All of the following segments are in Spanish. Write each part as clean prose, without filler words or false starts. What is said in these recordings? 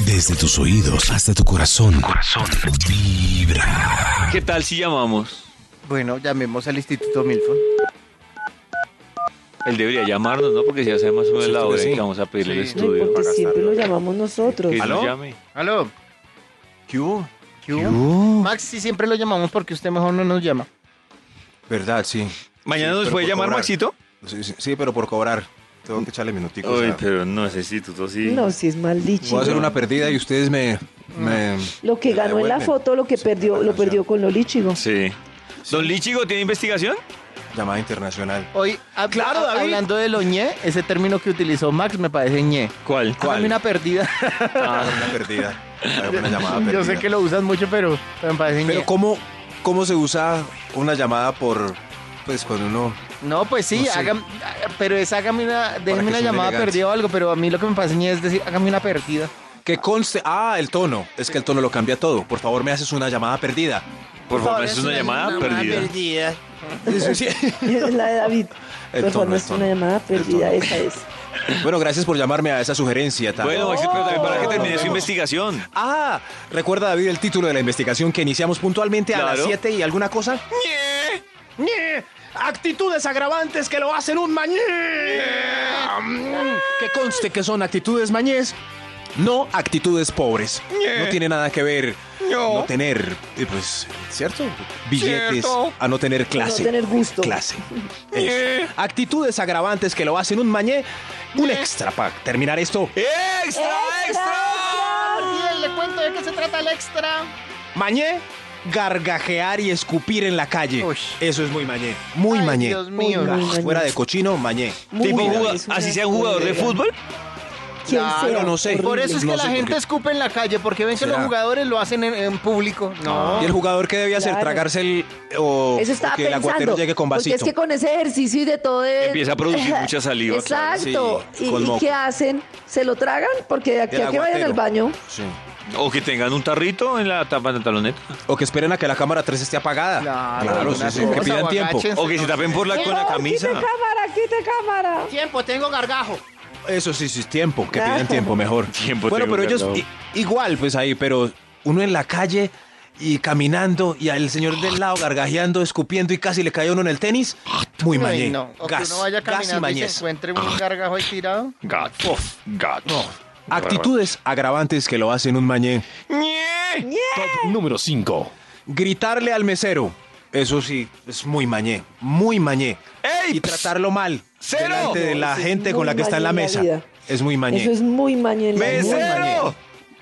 Desde tus oídos hasta tu corazón. Vibra. ¿Qué tal si llamamos? Bueno, llamemos al Instituto Milford. Él debería llamarnos, ¿no? Porque si ya sabemos más o menos la hora en que vamos a pedirle el Sí. No, estudio. porque siempre lo llamamos nosotros. Que nos ¿Aló? llame. ¿Aló? ¿Qué hubo? ¿Qué hubo? Max, sí, siempre lo llamamos porque usted mejor no nos llama. ¿Verdad? Sí. ¿Mañana Sí, nos pero puede por llamar, cobrar. Maxito? Sí, pero por cobrar. Tengo que echarle minuticos. Uy, pero no, ese instituto sí. No, si es maldito. Voy a hacer una pérdida y ustedes me Lo que ganó en la devuelven. foto, lo que Sí, perdió, la lo perdió con Lolichigo. Sí. ¿Don Lichigo tiene investigación? llamada internacional. Hoy, Claro, David. hablando de lo ñe, ese término que utilizó Max me parece ñe. ¿Cuál? Hágame una perdida. Una pérdida. Una llamada perdida. Yo sé que lo usan mucho, pero me parece Pero ñe. ¿cómo se usa una llamada por, pues cuando uno... No, pues sí, No sé. pero es hágame una, déjeme que una suene llamada elegante. perdida o algo, pero a mí lo que me parece ñe es decir, hágame una perdida. Que conste... Ah, el tono. Es que el tono lo cambia todo. Por favor, me haces una llamada perdida. Por favor, es una llamada perdida. Sí, sí. Es la de David. El Por tono, favor, el es tono. una llamada perdida, El esa es. Bueno, gracias por llamarme a esa sugerencia. Tal. Bueno, Maxito, pero también para que termine su No. investigación. Ah, ¿recuerda, David, el título de la investigación que iniciamos puntualmente a las Claro. 7 y alguna cosa? ¡Nie! Actitudes agravantes que lo hacen un mañé. Que conste que son actitudes mañés, no actitudes pobres. No tiene nada que ver no tener, pues, ¿cierto? Billetes Cierto. a no tener clase. No tener gusto. Clase. Eso. Actitudes agravantes que lo hacen un mañé. Un extra para terminar esto. ¡Extra, extra! Le cuento de qué se trata el extra. Mañé, gargajear y escupir en la calle. Uy. Eso es muy mañé. Muy Ay, mañé. Dios mío. Muy mañé. Fuera de cochino, mañé. Muy Tipo, bien, juga- es una así sea un jugador de colega. fútbol. ¿Quién Claro, sea? no sé. Por eso es que No la sé por gente qué. escupe en la calle, porque ven que ¿Será? los jugadores lo hacen en público. No. ¿Y el jugador qué debe hacer? Claro. ¿Tragarse el o Eso estaba que el aguatero pensando. llegue con Porque vasito? es que con ese ejercicio y de todo Empieza a producir mucha saliva, Exacto. claro. Sí, ¿Y, con y moco. qué hacen? ¿Se lo tragan? Porque de aquí El a que vayan al aguatero. baño. Sí. O que tengan un tarrito en la tapa del taloneta. O que esperen a que la cámara 3 esté apagada. Claro, sí, una sí, que cosa, pidan o tiempo. agáchense. O que se tapen con la camisa. Quite cámara, quite cámara. Tiempo, tengo gargajo. Eso sí, tiempo, que pidan tiempo mejor. Tiempo Bueno, tengo pero ellos guardado. igual, pues ahí, pero uno en la calle y caminando y el señor del lado gargajeando, escupiendo y casi le cae a uno en el tenis. Muy Ay, mañé. no. O Gas, que uno vaya gas y caminando y se mañez. encuentre un gargajo ahí tirado. Gato. Gato. Actitudes agravantes que lo hacen un mañé. Top número 5. Gritarle al mesero. Eso sí, es muy mañé. Muy mañé. ¡Ey! Y tratarlo mal. ¡Cero! Delante de la Eso es gente muy con la que está en la mañé mesa. vida. Es muy mañé. Eso es muy mañé en la vida. ¡Mesero!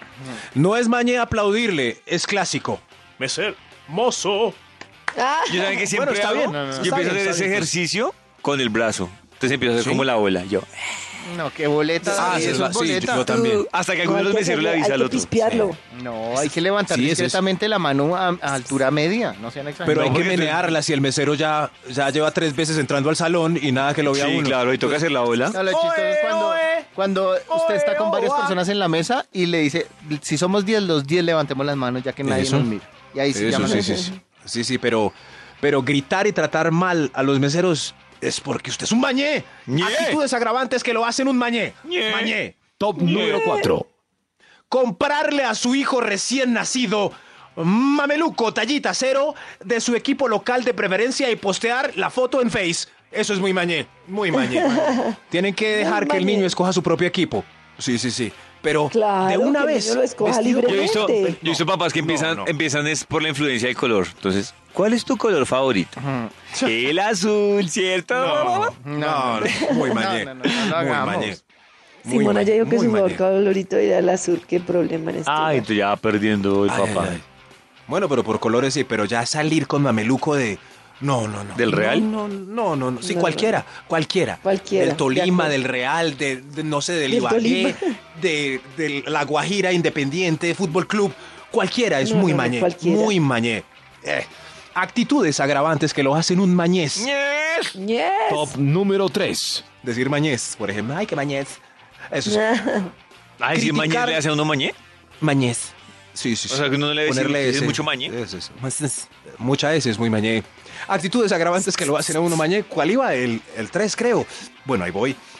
No es mañé aplaudirle, es clásico. Mesero. Mozo. Ah, Yo saben que siempre Bueno, está hago? bien. No, no, no. Yo Está empiezo a bien, hacer está ese bien, pues. ejercicio con el brazo. Entonces empiezo a hacer ¿Sí? como la bola. Yo. No, qué boleta. Ah, David, sí, eso es sí, boleta. yo también. Hasta que no, alguno de hay los que meseros le hacerlo, avisa al hay que otro. pispearlo. No, hay que levantar Sí, ese es- discretamente la mano a altura media. No sean exagerados. Pero hay No, que porque menearla si el mesero ya lleva 3 veces entrando al salón y nada que lo vea Sí, uno. claro, y toca hacer la bola. No, lo chistoso es cuando usted está con varias personas en la mesa y le dice, si somos 10, los 10 levantemos las manos ya que nadie Eso. nos mira. Y ahí sí Eso, llaman sí, a- sí, sí. Sí, sí, pero gritar y tratar mal a los meseros es porque usted es un mañé. Ñe. Actitudes agravantes que lo hacen un mañé. Ñe. Mañé. Top número 4. Comprarle a su hijo recién nacido mameluco tallita cero de su equipo local de preferencia y postear la foto en Face. Eso es muy mañé, muy mañé. Tienen que dejar que el mañé. niño escoja su propio equipo. Sí, sí, sí. Pero Claro, de una que el vez. niño lo escoja vestido Yo he visto, Realmente. yo he visto papás que No. empiezan es por la influencia del color. Entonces, ¿cuál es tu color favorito? El azul, ¿cierto? No, muy mañé. no, no, no lo muy hagamos. mañé. Muy Simona ya dijo que muy su mañé. mejor favorito era el azul. Qué problema en este. Ay, tú ya va perdiendo hoy, Ay, papá. ay, ay. Bueno, pero por colores sí, pero ya salir con mameluco de... No. ¿Del Real? No. Sí, No, cualquiera. Cualquiera, Del de Tolima, acuerdo. del Real, no sé, del Del Ibagué, Tolima. de la Guajira Independiente, Fútbol Club. Cualquiera es No, muy no, mañé. cualquiera. Muy mañé. Actitudes agravantes que lo hacen un mañés. Ñez. Yes. Top número 3. Decir mañés, por ejemplo. Ay, qué mañés. Eso es Ay, si mañé Criticar- le hace a uno mañé. mañés. Sí. O sea, que uno no le dice, Ponerle ¿es ese. mucho mañé? Eso. Mucha S es muy mañé. Actitudes agravantes que lo hacen a uno mañé. ¿Cuál iba? El 3, creo. Bueno, ahí voy.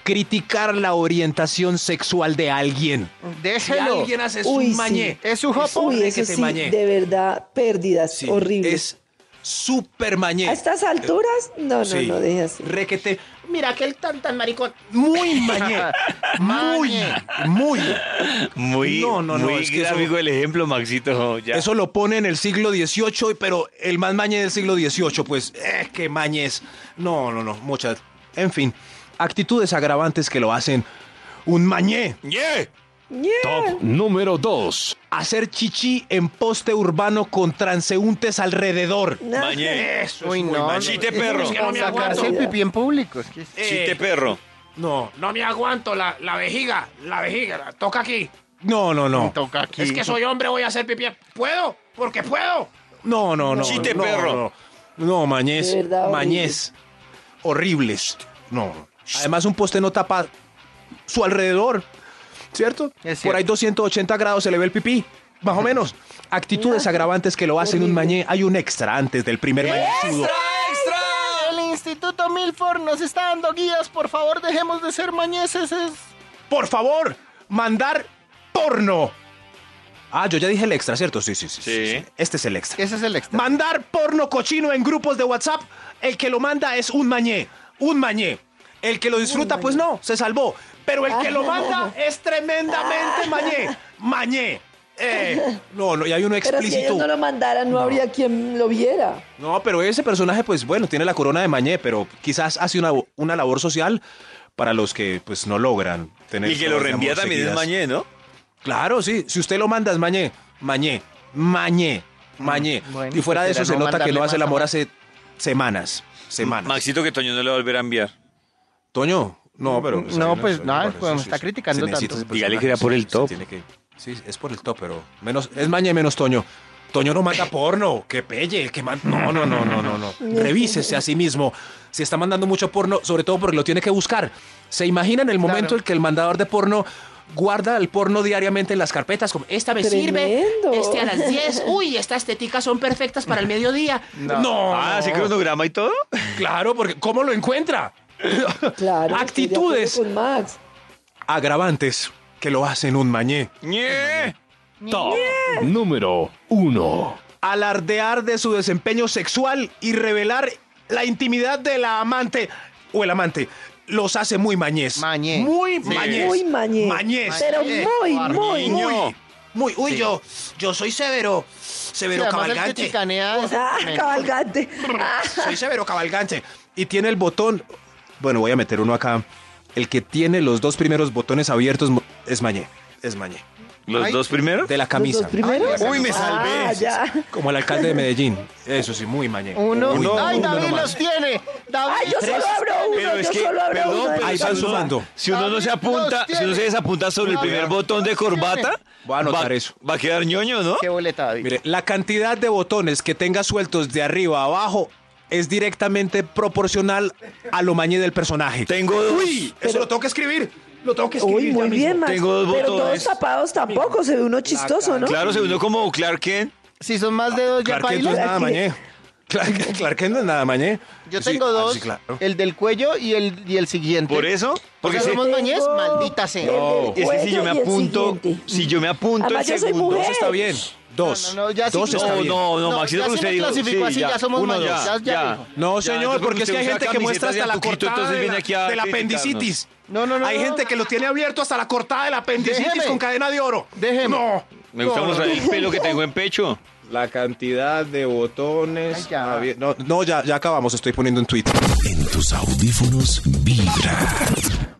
criticar la orientación sexual de alguien. Si Déjelo. alguien hace Uy, un sí. mañé, Es su jopo. Uy, que eso te sí, mañé. de verdad, pérdidas sí, horribles. es súper mañé. ¿A estas alturas? No, Sí. no, deje así. Requete. Mira aquel tan maricón. Muy mañé. muy. Muy, No, muy es que gráfico el ejemplo, Maxito. Ya. Eso lo pone en el siglo XVIII, pero el más mañé del siglo XVIII, pues, qué mañez. No, muchas. En fin, actitudes agravantes que lo hacen un mañé. Top número 2. Hacer chichi en poste urbano con transeúntes alrededor. Mañé. Eso Uy, es muy no. mañé. Chite perro. Es que no me Sacarse el aguanto. pipí en público. Es que... Chiste perro. No No me aguanto la vejiga, toca aquí. no. Toca aquí. Es que soy hombre, voy a hacer pipí. ¿Puedo? Porque puedo. No. Chiste no, perro. No, mañez. De verdad, Mañez. Horribles. No. Además, un poste no tapa su alrededor. ¿Cierto? Es Por ahí cierto. 280 grados se le ve el pipí. Más o menos. Actitudes agravantes que lo hacen un Horrible. mañé. Hay un extra antes del primer mañezudo. El Instituto Milford nos está dando guías. Por favor, dejemos de ser mañeses. Por favor, mandar porno. Ah, yo ya dije el extra, ¿cierto? Sí. Sí. Este es el extra. Ese es el extra. Mandar porno cochino en grupos de WhatsApp, el que lo manda es un mañé. El que lo disfruta, pues no, se salvó. Pero el que lo manda es tremendamente mañé. No, y hay uno Pero si explícito. ellos no lo mandaran, no habría quien lo viera. No, pero ese personaje, pues bueno, tiene la corona de mañé, pero quizás hace una labor social para los que pues no logran tener. Y que lo pruebas de reenvía amor también es seguidas. mañé, ¿no? Claro, sí. Si usted lo manda es mañé. Bueno, Y fuera de pues eso será se no nota que no mandarle hace el más amor amor. hace semanas. Maxito que Toño no le va a volver a enviar. Toño, no, pero... No, hay pues, hay nada, varios, pues, me está criticando se necesita tanto. ese Dígale personaje, que era por el se top. tiene que- sí, es por el top, pero menos es mañe menos Toño. Toño no manda porno, que pelle, el que manda... No. Revísese a sí mismo. Si está mandando mucho porno, sobre todo porque lo tiene que buscar. ¿Se imaginan el momento Claro. en que el mandador de porno guarda el porno diariamente en las carpetas? Como, Esta me Tremendo. sirve. Este a las 10. Uy, estas teticas son perfectas para el mediodía. no. ¿Así cronograma y todo? Claro, porque ¿cómo lo encuentra? Claro. estoy de acuerdo Actitudes con Max. agravantes que lo hacen un mañé. Ñe. Top número 1. Alardear de su desempeño sexual y revelar la intimidad de la amante o el amante. Los hace muy mañés. Mañé. Muy Sí. mañés. Muy mañé. Mañés. Pero muy. Muy. Uy, yo soy severo Sí, además el que cabalgante. chicanea es- Ah, cabalgante. Ah, Soy severo cabalgante. Y tiene el botón. Bueno, voy a meter uno acá. El que tiene los dos primeros botones abiertos es mañé. Es mañé. ¿Los Ay, dos primeros? De la ¿Los camisa. dos primeros? Uy, me salvé. Ah, ya. Como el alcalde de Medellín. Eso sí, muy mañé. Uno. Uno, ¡Ay, uno David nomás. los tiene! David. Ay, yo solo abro uno. Pero es Yo que, solo abro perdón, uno. de pero Ahí los van dos. sumando. Si uno no se apunta, si uno se desapunta sobre el primer botón de corbata, Voy a anotar eso. va a quedar ñoño, ¿no? ¡Qué boleta, David! Mire, la cantidad de botones que tenga sueltos de arriba a abajo es directamente proporcional a lo mañé del personaje. Tengo dos. Uy, eso lo tengo que escribir. Lo tengo que escribir. Uy, muy ya bien, mismo. Max. Tengo dos Pero botones. todos tapados tampoco. Se ve uno chistoso, ¿no? Claro, se unió como Clark Kent. Si son más de dos, ya Clark Kent no es baila. nada mañé. Clark Kent no es nada mañé. Yo Sí, tengo ah, dos, sí, claro. el del cuello y el siguiente. Por eso, porque Porque si, somos mañés, Tengo maldita sea. el del es que si yo me cuello y el apunto, siguiente. si yo me apunto Además, el yo soy segundo, mujer. Dos está bien. Dos. No, ya sí- Dos está No, bien. no, Maxito, ya que se usted nos dijo. clasificó así, ya somos uno mayores, ya dijo. No, Ya, señor, entonces, porque es que hay usted gente usa que muestra camisetas hasta la de a poquito, cortada entonces de viene la, aquí a del criticarnos. apendicitis. No. Hay gente que lo tiene abierto hasta la cortada del apendicitis Déjeme. con cadena de oro. Déjeme. No. Me gusta mostrar el pelo que tengo en pecho. La cantidad de botones. Ay, ya. No, ya acabamos. Estoy poniendo un tweet. En tus audífonos vibra.